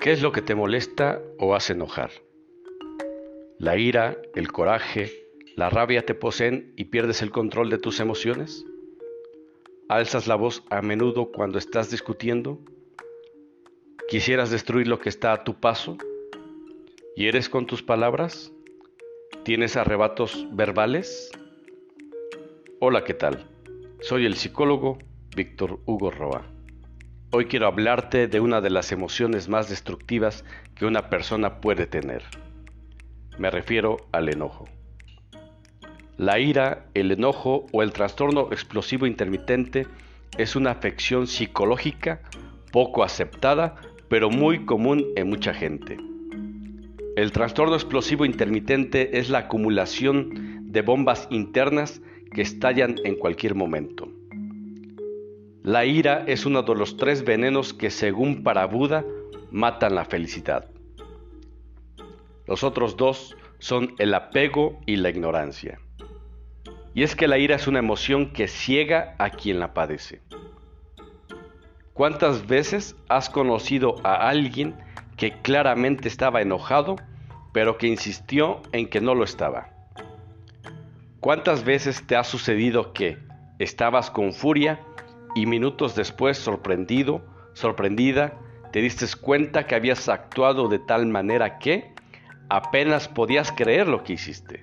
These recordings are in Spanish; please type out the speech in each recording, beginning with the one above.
¿Qué es lo que te molesta o hace enojar? ¿La ira, el coraje, la rabia te poseen y pierdes el control de tus emociones? ¿Alzas la voz a menudo cuando estás discutiendo? ¿Quisieras destruir lo que está a tu paso? ¿Hieres con tus palabras? ¿Tienes arrebatos verbales? Hola, ¿qué tal? Soy el psicólogo Víctor Hugo Roa. Hoy quiero hablarte de una de las emociones más destructivas que una persona puede tener. Me refiero al enojo. La ira, el enojo o el trastorno explosivo intermitente es una afección psicológica poco aceptada, pero muy común en mucha gente. El trastorno explosivo intermitente es la acumulación de bombas internas que estallan en cualquier momento. La ira es uno de los 3 venenos que, según para Buda, matan la felicidad. Los otros 2 son el apego y la ignorancia. Y es que la ira es una emoción que ciega a quien la padece. ¿Cuántas veces has conocido a alguien que claramente estaba enojado, pero que insistió en que no lo estaba? ¿Cuántas veces te ha sucedido que estabas con furia y minutos después, sorprendida, te diste cuenta que habías actuado de tal manera que apenas podías creer lo que hiciste?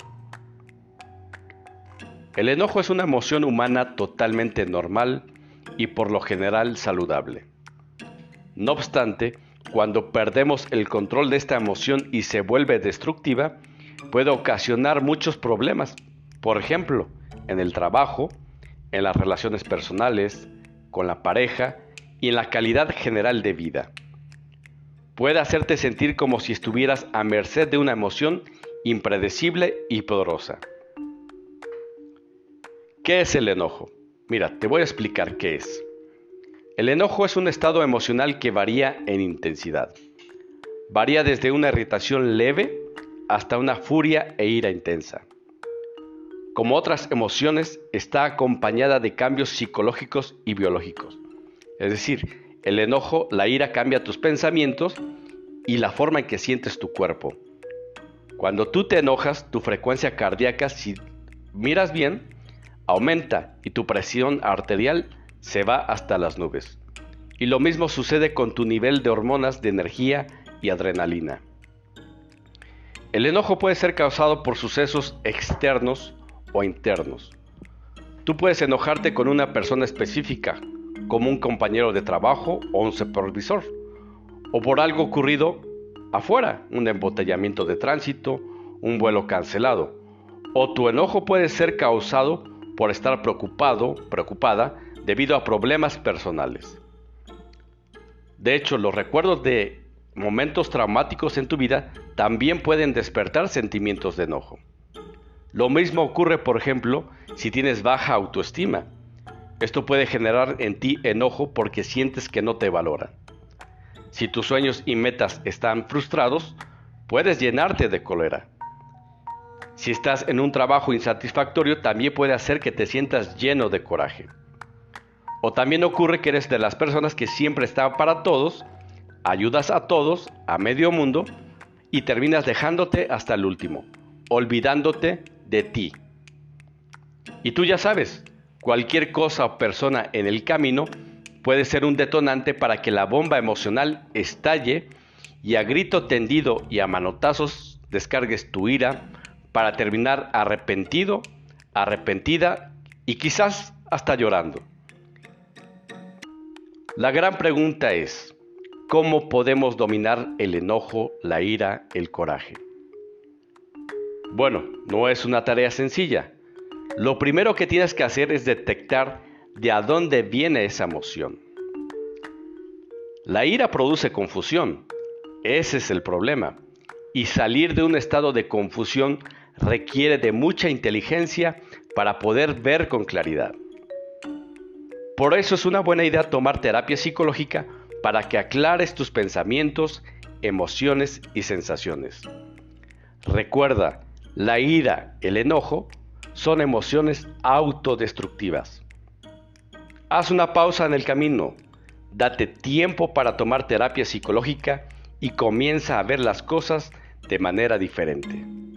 El enojo es una emoción humana totalmente normal y por lo general saludable. No obstante, cuando perdemos el control de esta emoción y se vuelve destructiva, puede ocasionar muchos problemas. Por ejemplo, en el trabajo, en las relaciones personales, con la pareja y en la calidad general de vida. Puede hacerte sentir como si estuvieras a merced de una emoción impredecible y poderosa. ¿Qué es el enojo? Mira, te voy a explicar qué es. El enojo es un estado emocional que varía en intensidad. Varía desde una irritación leve hasta una furia e ira intensa. Como otras emociones, está acompañada de cambios psicológicos y biológicos. Es decir, el enojo, la ira cambia tus pensamientos y la forma en que sientes tu cuerpo. Cuando tú te enojas, tu frecuencia cardíaca, si miras bien, aumenta y tu presión arterial se va hasta las nubes. Y lo mismo sucede con tu nivel de hormonas de energía y adrenalina. El enojo puede ser causado por sucesos externos o internos. Tú puedes enojarte con una persona específica, como un compañero de trabajo o un supervisor, o por algo ocurrido afuera, un embotellamiento de tránsito, un vuelo cancelado. O tu enojo puede ser causado por estar preocupada debido a problemas personales. De hecho, los recuerdos de momentos traumáticos en tu vida también pueden despertar sentimientos de enojo. Lo mismo ocurre, por ejemplo, si tienes baja autoestima. Esto puede generar en ti enojo porque sientes que no te valoran. Si tus sueños y metas están frustrados, puedes llenarte de cólera. Si estás en un trabajo insatisfactorio, también puede hacer que te sientas lleno de coraje. O también ocurre que eres de las personas que siempre están para todos, ayudas a todos, a medio mundo, y terminas dejándote hasta el último, olvidándote de ti. Y tú ya sabes, cualquier cosa o persona en el camino puede ser un detonante para que la bomba emocional estalle y a grito tendido y a manotazos descargues tu ira para terminar arrepentido, arrepentida y quizás hasta llorando. La gran pregunta es, ¿cómo podemos dominar el enojo, la ira, el coraje? Bueno, no es una tarea sencilla. Lo primero que tienes que hacer es detectar de a dónde viene esa emoción. La ira produce confusión, ese es el problema, y salir de un estado de confusión requiere de mucha inteligencia para poder ver con claridad. Por eso es una buena idea tomar terapia psicológica para que aclares tus pensamientos, emociones y sensaciones. Recuerda, la ira, el enojo, son emociones autodestructivas. Haz una pausa en el camino, date tiempo para tomar terapia psicológica y comienza a ver las cosas de manera diferente.